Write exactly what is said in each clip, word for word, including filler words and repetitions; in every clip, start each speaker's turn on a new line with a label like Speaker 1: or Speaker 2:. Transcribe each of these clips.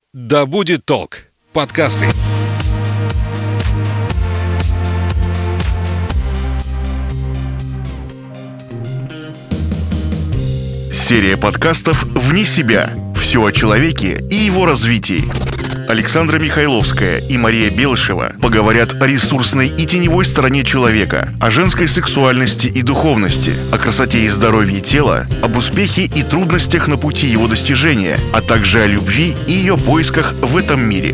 Speaker 1: Да будет толк. Подкасты.
Speaker 2: Серия подкастов «Вне себя». Все о человеке и его развитии. Александра Михайловская и Мария Белышева поговорят о ресурсной и теневой стороне человека, о женской сексуальности и духовности, о красоте и здоровье тела, об успехе и трудностях на пути его достижения, а также о любви и ее поисках в этом мире.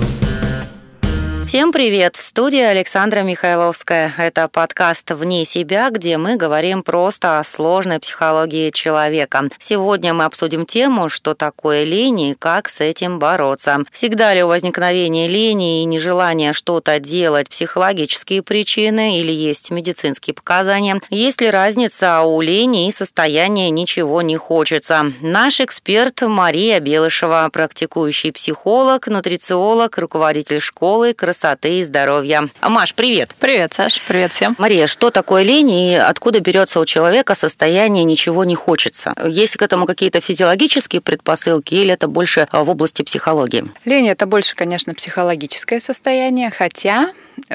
Speaker 3: Всем привет! В студии Александра Михайловская. Это подкаст «Вне себя», где мы говорим просто о сложной психологии человека. Сегодня мы обсудим тему, что такое лень и как с этим бороться. Всегда ли у возникновения лени и нежелания что-то делать психологические причины или есть медицинские показания? Есть ли разница у лени и состояния «ничего не хочется»? Наш эксперт Мария Белышева, практикующий психолог, нутрициолог, руководитель школы красоты и здоровья. Маш, привет!
Speaker 4: Привет, Саш, привет всем.
Speaker 3: Мария, что такое лень и откуда берется у человека состояние «ничего не хочется»? Есть к этому какие-то физиологические предпосылки или это больше в области психологии?
Speaker 4: Лень – это больше, конечно, психологическое состояние, хотя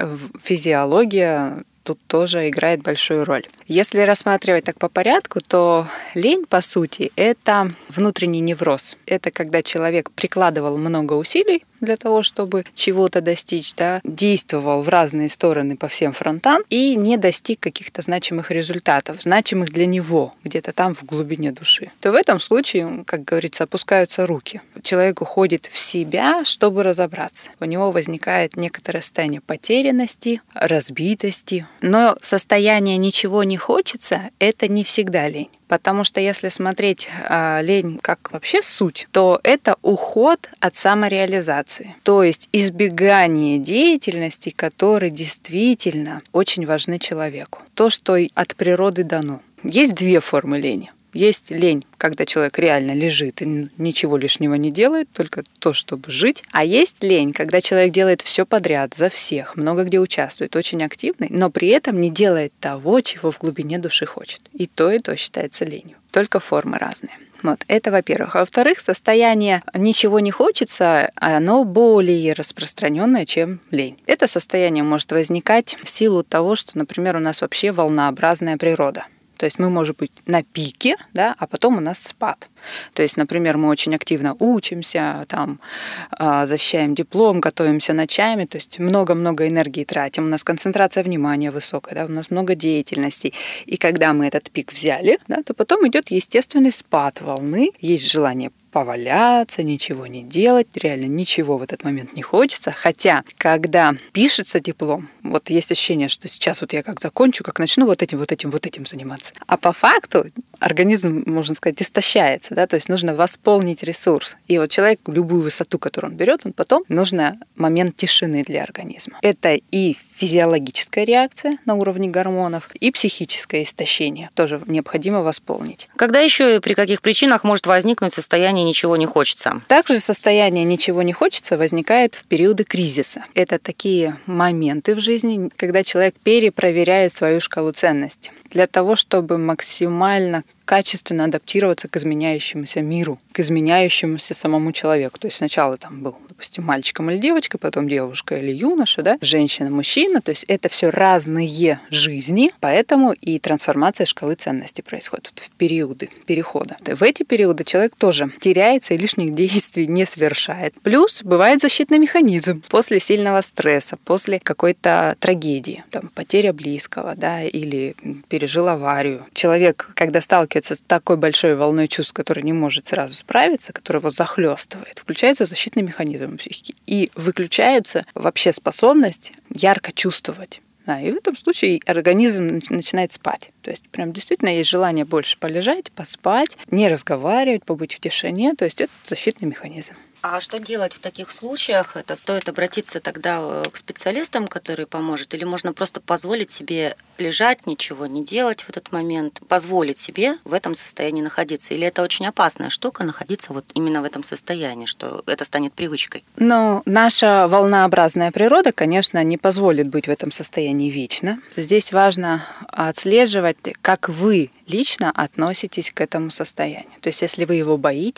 Speaker 4: физиология тут тоже играет большую роль. Если рассматривать так по порядку, то лень, по сути, это внутренний невроз. Это когда человек прикладывал много усилий для того, чтобы чего-то достичь, да, действовал в разные стороны по всем фронтам и не достиг каких-то значимых результатов, значимых для него, где-то там в глубине души, то в этом случае, как говорится, опускаются руки. Человек уходит в себя, чтобы разобраться. У него возникает некоторое состояние потерянности, разбитости. Но состояние «ничего не хочется» — это не всегда лень. Потому что если смотреть э, лень как вообще суть, то это уход от самореализации. То есть избегание деятельности, которые действительно очень важны человеку. То, что от природы дано. Есть две формы лени. Есть лень, когда человек реально лежит и ничего лишнего не делает, только то, чтобы жить. А есть лень, когда человек делает все подряд, за всех, много где участвует, очень активный, но при этом не делает того, чего в глубине души хочет. И то, и то считается ленью. Только формы разные. Вот, это во-первых. А во-вторых, состояние «ничего не хочется», оно более распространенное, чем лень. Это состояние может возникать в силу того, что, например, у нас вообще волнообразная природа. То есть мы можем быть на пике, да, а потом у нас спад. То есть, например, мы очень активно учимся, там, защищаем диплом, готовимся ночами, то есть много-много энергии тратим, у нас концентрация внимания высокая, да, у нас много деятельности. И когда мы этот пик взяли, да, то потом идет естественный спад волны, есть желание поваляться, ничего не делать, реально ничего в этот момент не хочется. Хотя, когда пишется диплом, вот есть ощущение, что сейчас вот я как закончу, как начну вот этим, вот этим, вот этим заниматься. А по факту организм, можно сказать, истощается, да, то есть нужно восполнить ресурс. И вот человек, любую высоту, которую он берет, он потом нужно момент тишины для организма. Это и физиологическая реакция на уровне гормонов, и психическое истощение тоже необходимо восполнить.
Speaker 3: Когда еще и при каких причинах может возникнуть состояние «ничего не хочется»?
Speaker 4: Также состояние «ничего не хочется» возникает в периоды кризиса. Это такие моменты в жизни, когда человек перепроверяет свою шкалу ценностей для того, чтобы максимально качественно адаптироваться к изменяющемуся миру, к изменяющемуся самому человеку. То есть сначала там был, допустим, мальчиком или девочкой, потом девушка или юноша, да, женщина, мужчина. То есть это все разные жизни, поэтому и трансформация шкалы ценностей происходит в периоды перехода. В эти периоды человек тоже теряется и лишних действий не совершает. Плюс бывает защитный механизм после сильного стресса, после какой-то трагедии, там, потеря близкого, да, или пережил аварию. Человек, когда сталкивается с такой большой волной чувств, который не может сразу справиться, который его захлестывает, включается защитный механизм психики. И выключается вообще способность ярко чувствовать. Да, и в этом случае организм начинает спать. То есть прям действительно есть желание больше полежать, поспать, не разговаривать, побыть в тишине. То есть это защитный механизм.
Speaker 3: А что делать в таких случаях? Это стоит обратиться тогда к специалистам, который поможет, или можно просто позволить себе лежать, ничего не делать в этот момент, позволить себе в этом состоянии находиться? Или это очень опасная штука, находиться вот именно в этом состоянии, что это станет привычкой?
Speaker 4: Но наша волнообразная природа, конечно, не позволит быть в этом состоянии вечно. Здесь важно отслеживать, как вы лично относитесь к этому состоянию. То есть если вы его боитесь,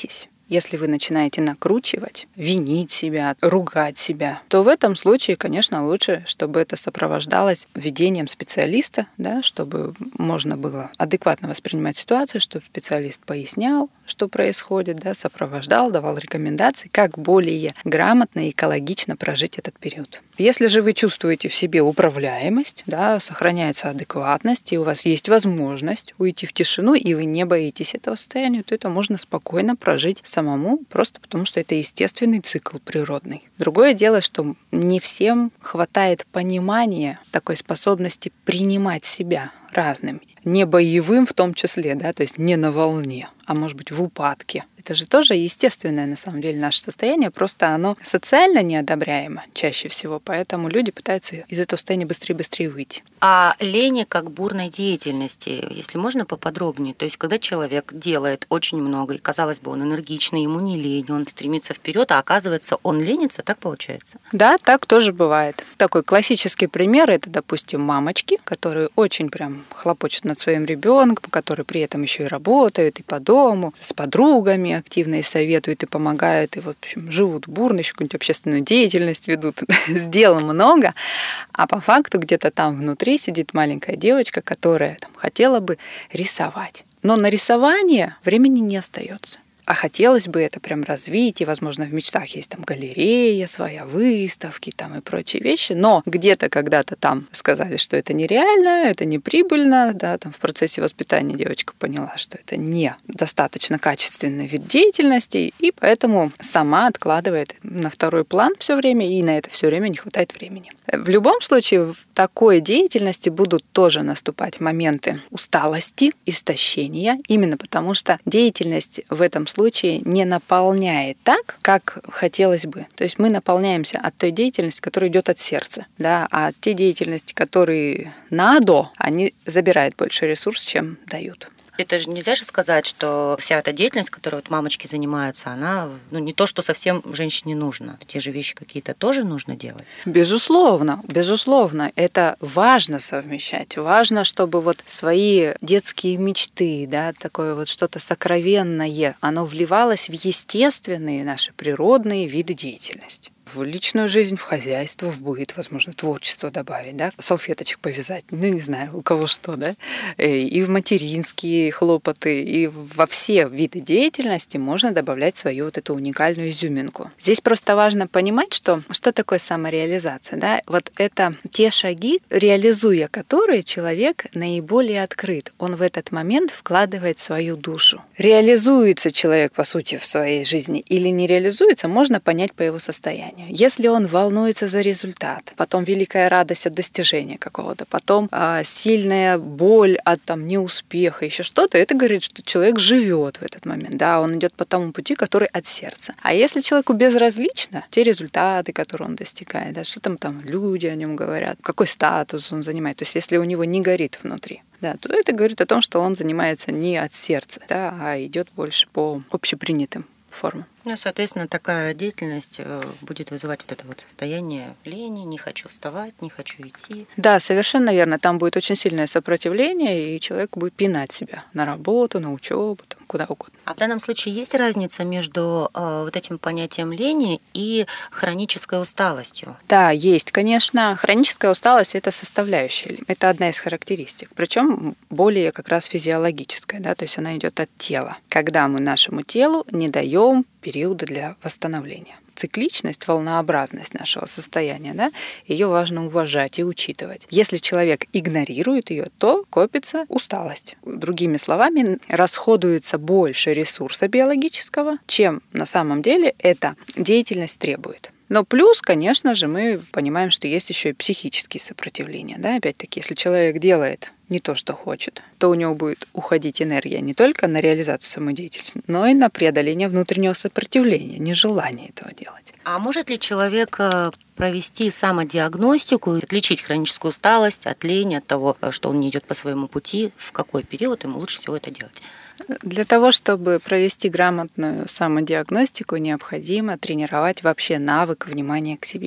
Speaker 4: Если вы начинаете накручивать, винить себя, ругать себя, то в этом случае, конечно, лучше, чтобы это сопровождалось ведением специалиста, да, чтобы можно было адекватно воспринимать ситуацию, чтобы специалист пояснял, что происходит, да, сопровождал, давал рекомендации, как более грамотно и экологично прожить этот период. Если же вы чувствуете в себе управляемость, да, сохраняется адекватность, и у вас есть возможность уйти в тишину, и вы не боитесь этого состояния, то это можно спокойно прожить самому, просто потому что это естественный цикл природный. Другое дело, что не всем хватает понимания такой способности принимать себя разным, не боевым в том числе, да, то есть не на волне, а может быть в упадке. Это же тоже естественное, на самом деле, наше состояние, просто оно социально неодобряемо чаще всего, поэтому люди пытаются из этого состояния быстрее-быстрее выйти.
Speaker 3: А лени как бурной деятельности, если можно поподробнее, то есть когда человек делает очень много, и, казалось бы, он энергичный, ему не лень, он стремится вперед, а оказывается, он ленится, так получается?
Speaker 4: Да, так тоже бывает. Такой классический пример – это, допустим, мамочки, которые очень прям хлопочут над своим ребенком, которые при этом еще и работают, и по дому, с подругами активно и советуют, и помогают, и, в общем, живут бурно, еще какую-нибудь общественную деятельность ведут, дел много, а по факту где-то там внутри сидит маленькая девочка, которая там хотела бы рисовать. Но на рисование времени не остается. А хотелось бы это прям развить, и, возможно, в мечтах есть там галерея своя, выставки там и прочие вещи, но где-то когда-то там сказали, что это нереально, это не прибыльно, да, там в процессе воспитания девочка поняла, что это не достаточно качественный вид деятельности, и поэтому сама откладывает на второй план все время, и на это все время не хватает времени. В любом случае, в такой деятельности будут тоже наступать моменты усталости, истощения, именно потому что деятельность в этом случае не наполняет так, как хотелось бы. То есть мы наполняемся от той деятельности, которая идет от сердца, да, а те деятельности, которые надо, они забирают больше ресурсов, чем дают.
Speaker 3: Это же нельзя же сказать, что вся эта деятельность, которой вот мамочки занимаются, она ну, не то, что совсем женщине нужно. Те же вещи какие-то тоже нужно делать.
Speaker 4: Безусловно, безусловно. Это важно совмещать. Важно, чтобы вот свои детские мечты, да, такое вот что-то сокровенное, оно вливалось в естественные наши природные виды деятельности. В личную жизнь, в хозяйство, в быт, возможно, творчество добавить, да, салфеточек повязать, ну, не знаю, у кого что, да, и в материнские хлопоты, и во все виды деятельности можно добавлять свою вот эту уникальную изюминку. Здесь просто важно понимать, что, что такое самореализация, да, вот это те шаги, реализуя которые человек наиболее открыт, он в этот момент вкладывает свою душу. Реализуется человек, по сути, в своей жизни или не реализуется, можно понять по его состоянию. Если он волнуется за результат, потом великая радость от достижения какого-то, потом а, сильная боль от там, неуспеха, еще что-то, это говорит, что человек живет в этот момент, да, он идет по тому пути, который от сердца. А если человеку безразлично те результаты, которые он достигает, да, что там, там люди о нем говорят, какой статус он занимает, то есть если у него не горит внутри, да, то это говорит о том, что он занимается не от сердца, да, а идет больше по общепринятым формам.
Speaker 3: Ну, соответственно, такая деятельность будет вызывать вот это вот состояние лени, не хочу вставать, не хочу идти.
Speaker 4: Да, совершенно верно. Там будет очень сильное сопротивление, и человек будет пинать себя на работу, на учебу, там, куда угодно.
Speaker 3: А в данном случае есть разница между э, вот этим понятием лени и хронической усталостью?
Speaker 4: Да, есть, конечно. Хроническая усталость – это составляющая, это одна из характеристик, причем более как раз физиологическая, да, то есть она идет от тела. Когда мы нашему телу не даем периоды для восстановления. Цикличность, волнообразность нашего состояния, да, ее важно уважать и учитывать. Если человек игнорирует ее, то копится усталость. Другими словами, расходуется больше ресурса биологического, чем на самом деле эта деятельность требует. Но плюс, конечно же, мы понимаем, что есть еще и психические сопротивления. Да? Опять-таки, если человек делает не то, что хочет, то у него будет уходить энергия не только на реализацию самодеятельности, но и на преодоление внутреннего сопротивления, нежелания этого делать.
Speaker 3: А может ли человек провести самодиагностику, отличить хроническую усталость от лени, от того, что он не идет по своему пути, в какой период ему лучше всего это делать?
Speaker 4: Для того, чтобы провести грамотную самодиагностику, необходимо тренировать вообще навык внимания к себе.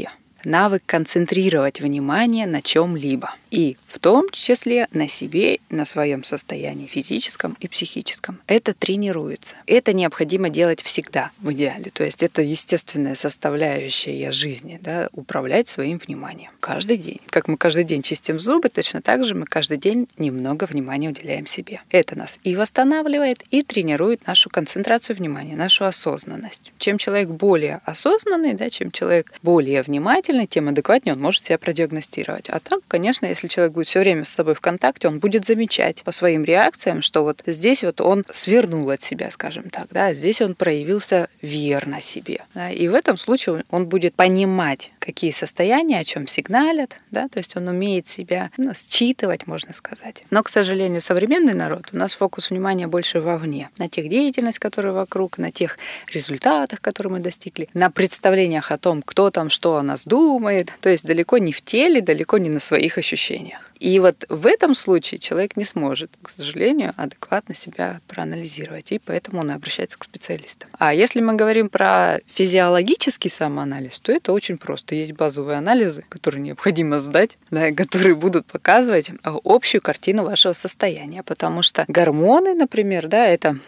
Speaker 4: навык концентрировать внимание на чем-либо. И в том числе на себе, на своем состоянии физическом и психическом. Это тренируется. Это необходимо делать всегда в идеале. То есть это естественная составляющая жизни, да, управлять своим вниманием каждый день. Как мы каждый день чистим зубы, точно так же мы каждый день немного внимания уделяем себе. Это нас и восстанавливает, и тренирует нашу концентрацию внимания, нашу осознанность. Чем человек более осознанный, да, чем человек более внимательный, тем адекватнее он может себя продиагностировать. А так, конечно, если человек будет все время с собой в контакте, он будет замечать по своим реакциям, что вот здесь вот он свернул от себя, скажем так, да, здесь он проявился верно себе. Да, и в этом случае он будет понимать, какие состояния, о чем сигналят, да, то есть он умеет себя, ну, считывать, можно сказать. Но, к сожалению, современный народ, у нас фокус внимания больше вовне, на тех деятельностях, которые вокруг, на тех результатах, которые мы достигли, на представлениях о том, кто там что о нас думает, то есть далеко не в теле, далеко не на своих ощущениях. И вот в этом случае человек не сможет, к сожалению, адекватно себя проанализировать, и поэтому он обращается к специалистам. А если мы говорим про физиологический самоанализ, то это очень просто. Есть базовые анализы, которые необходимо сдать, да, которые будут показывать общую картину вашего состояния, потому что гормоны, например, да, это,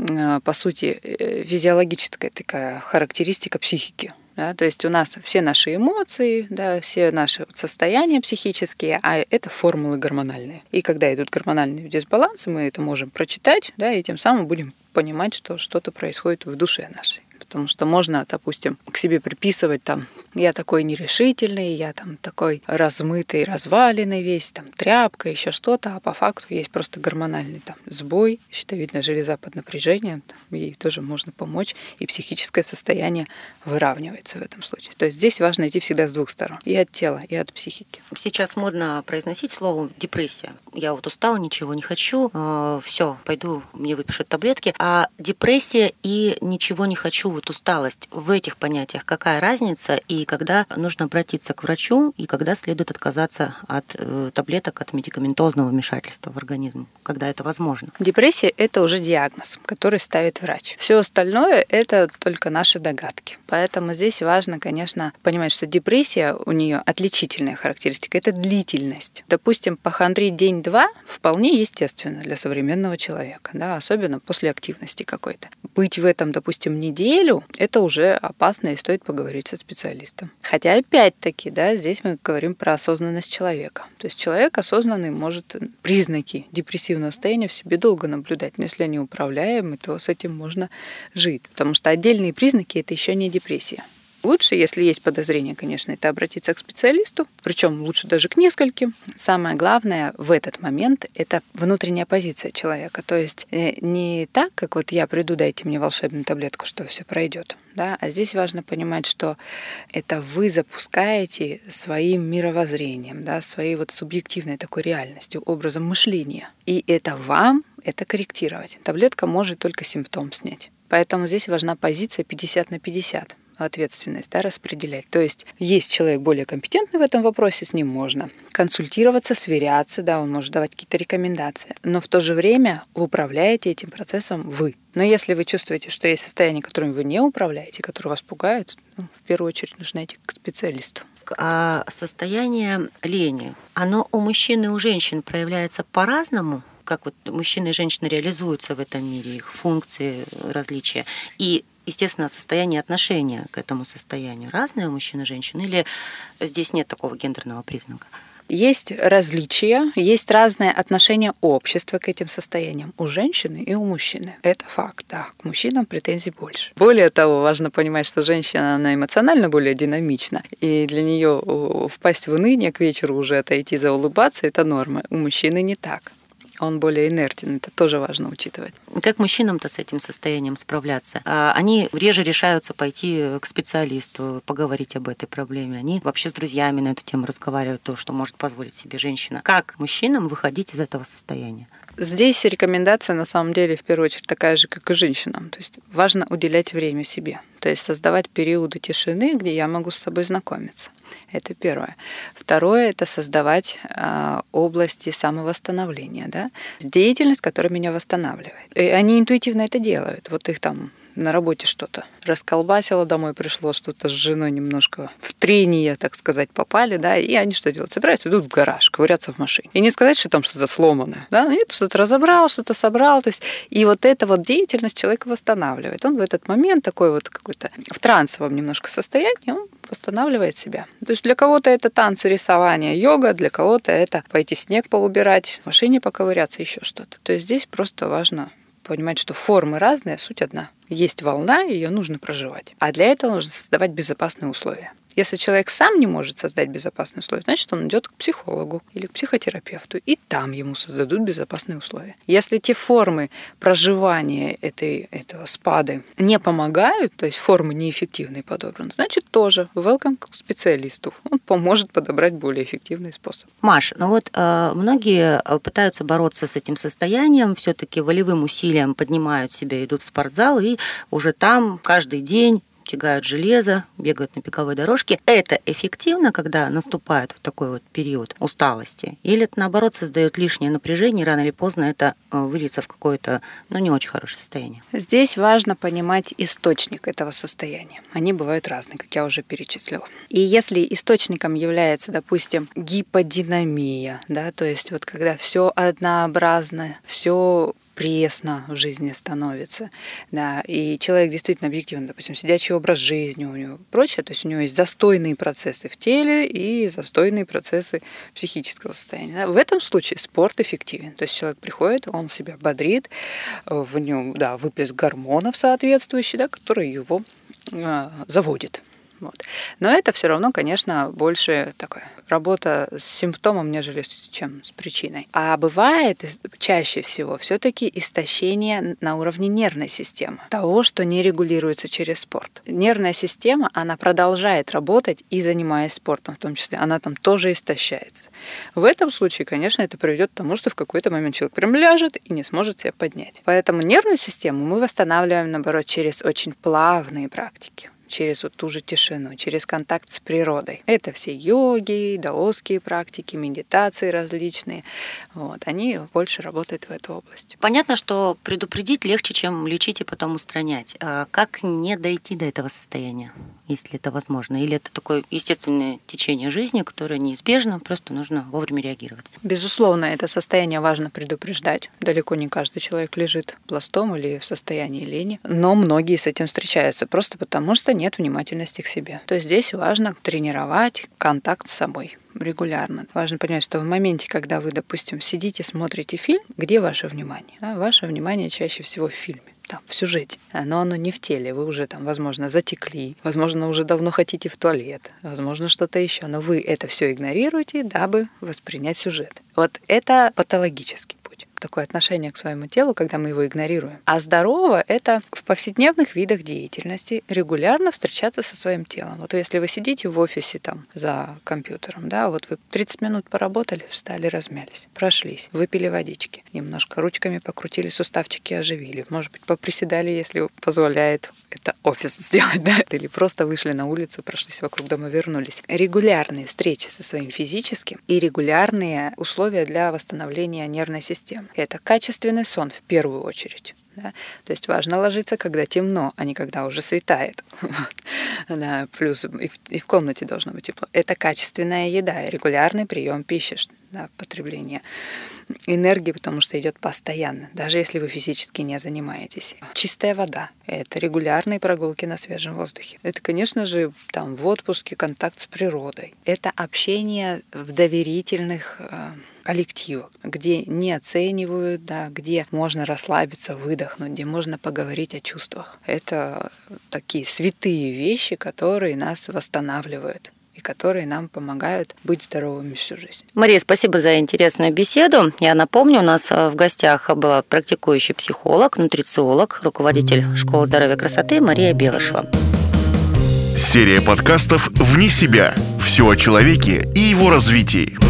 Speaker 4: по сути, физиологическая такая характеристика психики. Да, то есть у нас все наши эмоции, да, все наши состояния психические, а это формулы гормональные. И когда идут гормональные дисбалансы, мы это можем прочитать, да, и тем самым будем понимать, что что-то происходит в душе нашей. Потому что можно, допустим, к себе приписывать там: я такой нерешительный, я там такой размытый, разваленный весь, там тряпка, еще что-то, а по факту есть просто гормональный там сбой, щитовидная железа под напряжением, там, ей тоже можно помочь, и психическое состояние выравнивается в этом случае. То есть здесь важно идти всегда с двух сторон, и от тела, и от психики.
Speaker 3: Сейчас модно произносить слово депрессия. Я вот устала, ничего не хочу, э, все, пойду, мне выпишут таблетки. А депрессия и ничего не хочу, вот усталость, в этих понятиях какая разница, и когда нужно обратиться к врачу, и когда следует отказаться от э, таблеток, от медикаментозного вмешательства в организм, когда это возможно?
Speaker 4: Депрессия – это уже диагноз, который ставит врач. Все остальное – это только наши догадки. Поэтому здесь важно, конечно, понимать, что депрессия, у нее отличительная характеристика – это длительность. Допустим, похандрить день-два вполне естественно для современного человека, да, особенно после активности какой-то. Быть в этом, допустим, неделю – это уже опасно, и стоит поговорить со специалистом. Хотя, опять-таки, да, здесь мы говорим про осознанность человека. То есть человек осознанный может признаки депрессивного состояния в себе долго наблюдать, но если они управляемы, то с этим можно жить, потому что отдельные признаки – это еще не депрессия. Лучше, если есть подозрение, конечно, это обратиться к специалисту, причем лучше даже к нескольким. Самое главное в этот момент – это внутренняя позиция человека. То есть не так, как вот я приду, дайте мне волшебную таблетку, что все пройдет. Да? А здесь важно понимать, что это вы запускаете своим мировоззрением, да, своей вот субъективной такой реальностью, образом мышления. И это вам это корректировать. Таблетка может только симптом снять. Поэтому здесь важна позиция пятьдесят на пятьдесят. Ответственность, да, распределять. То есть есть человек более компетентный в этом вопросе, с ним можно консультироваться, сверяться, да, он может давать какие-то рекомендации, но в то же время вы управляете этим процессом вы. Но если вы чувствуете, что есть состояние, которым вы не управляете, которое вас пугает, ну, в первую очередь нужно идти к специалисту.
Speaker 3: А состояние лени, оно у мужчин и у женщин проявляется по-разному? Как вот мужчины и женщины реализуются в этом мире, их функции, различия. И, естественно, состояние отношения к этому состоянию разное у мужчин и женщин, или здесь нет такого гендерного признака?
Speaker 4: Есть различия, есть разное отношение общества к этим состояниям у женщины и у мужчины. Это факт, да. К мужчинам претензий больше. Более того, важно понимать, что женщина, она эмоционально более динамична, и для нее впасть в уныние к вечеру уже отойти заулыбаться – это норма. У мужчины не так. Он более инертен, это тоже важно учитывать.
Speaker 3: Как мужчинам-то с этим состоянием справляться? Они реже решаются пойти к специалисту, поговорить об этой проблеме. Они вообще с друзьями на эту тему разговаривают, то, что может позволить себе женщина. Как мужчинам выходить из этого состояния?
Speaker 4: Здесь рекомендация на самом деле в первую очередь такая же, как и женщинам. То есть важно уделять время себе. То есть создавать периоды тишины, где я могу с собой знакомиться. Это первое. Второе – это создавать э, области самовосстановления. Да? Деятельность, которая меня восстанавливает. И они интуитивно это делают. Вот их там на работе что-то расколбасило, домой пришло, что-то с женой немножко в трение, так сказать, попали, да, и они что делают? Собираются, идут в гараж, ковыряться в машине. И не сказать, что там что-то сломанное, да, нет, что-то разобрал, что-то собрал, то есть и вот эта вот деятельность человека восстанавливает. Он в этот момент такой вот какой-то в трансовом немножко состоянии, он восстанавливает себя. То есть для кого-то это танцы, рисование, йога, для кого-то это пойти снег поубирать, в машине поковыряться, еще что-то. То есть здесь просто важно понимать, что формы разные, а суть одна. Есть волна, ее нужно проживать. А для этого нужно создавать безопасные условия. Если человек сам не может создать безопасные условия, значит, он идет к психологу или к психотерапевту, и там ему создадут безопасные условия. Если те формы проживания этой, этого спады не помогают, то есть формы неэффективные подобраны, значит, тоже welcome к специалисту. Он поможет подобрать более эффективный способ.
Speaker 3: Маш, ну вот э, многие пытаются бороться с этим состоянием, все-таки волевым усилием поднимают себя, идут в спортзал, и уже там каждый день тягают железо, бегают на беговой дорожке. Это эффективно, когда наступает вот такой вот период усталости? Или это, наоборот, создает лишнее напряжение, и рано или поздно это выльется в какое-то, ну, не очень хорошее состояние?
Speaker 4: Здесь важно понимать источник этого состояния. Они бывают разные, как я уже перечислила. И если источником является, допустим, гиподинамия, да, то есть вот когда все однообразно, все пресно в жизни становится, да, и человек действительно объективно, допустим, сидячий образ жизни у него, прочее, то есть у него есть застойные процессы в теле и застойные процессы психического состояния. Да. В этом случае спорт эффективен, то есть человек приходит, он себя бодрит, в нем, да, выплеск гормонов соответствующий, да, который его э, заводит. Вот. Но это все равно, конечно, больше такая работа с симптомом, нежели чем с причиной. А бывает чаще всего все-таки истощение на уровне нервной системы, того, что не регулируется через спорт. Нервная система, она продолжает работать и занимаясь спортом, в том числе, она там тоже истощается. В этом случае, конечно, это приведет к тому, что в какой-то момент человек прям ляжет и не сможет себя поднять. Поэтому нервную систему мы восстанавливаем, наоборот, через очень плавные практики, через вот ту же тишину, через контакт с природой. Это все йоги, даосские практики, медитации различные. Вот. Они больше работают в эту область.
Speaker 3: Понятно, что предупредить легче, чем лечить и потом устранять. А как не дойти до этого состояния, если это возможно? Или это такое естественное течение жизни, которое неизбежно, просто нужно вовремя реагировать?
Speaker 4: Безусловно, это состояние важно предупреждать. Далеко не каждый человек лежит пластом или в состоянии лени. Но многие с этим встречаются просто потому, что нет внимательности к себе. То есть здесь важно тренировать контакт с собой регулярно. Важно понимать, что в моменте, когда вы, допустим, сидите, смотрите фильм, где ваше внимание? Да, ваше внимание чаще всего в фильме, там, в сюжете. Но оно не в теле. Вы уже там, возможно, затекли, возможно, уже давно хотите в туалет, возможно, что-то еще. Но вы это все игнорируете, дабы воспринять сюжет. Вот это патологический путь. Такое отношение к своему телу, когда мы его игнорируем. А здорово — это в повседневных видах деятельности регулярно встречаться со своим телом. Вот если вы сидите в офисе там за компьютером, да, вот вы тридцать минут поработали, встали, размялись, прошлись, выпили водички, немножко ручками покрутили, суставчики оживили, может быть, поприседали, если позволяет это офис сделать, да, или просто вышли на улицу, прошлись вокруг дома, вернулись. Регулярные встречи со своим физическим и регулярные условия для восстановления нервной системы. Это качественный сон в первую очередь. Да? То есть важно ложиться, когда темно, а не когда уже светает. Да, плюс и в, и в комнате должно быть тепло. Это качественная еда, регулярный прием пищи, да, потребление энергии, потому что идет постоянно, даже если вы физически не занимаетесь. Чистая вода — это регулярные прогулки на свежем воздухе. Это, конечно же, там в отпуске контакт с природой. Это общение в доверительных э, коллективах, где не оценивают, да, где можно расслабиться, выдохнуть, где можно поговорить о чувствах. Это такие святые вещи, которые нас восстанавливают и которые нам помогают быть здоровыми всю жизнь.
Speaker 3: Мария, спасибо за интересную беседу. Я напомню, у нас в гостях была практикующий психолог, нутрициолог, руководитель школы здоровья и красоты Мария Белышева.
Speaker 2: Серия подкастов «Вне себя». Все о человеке и его развитии.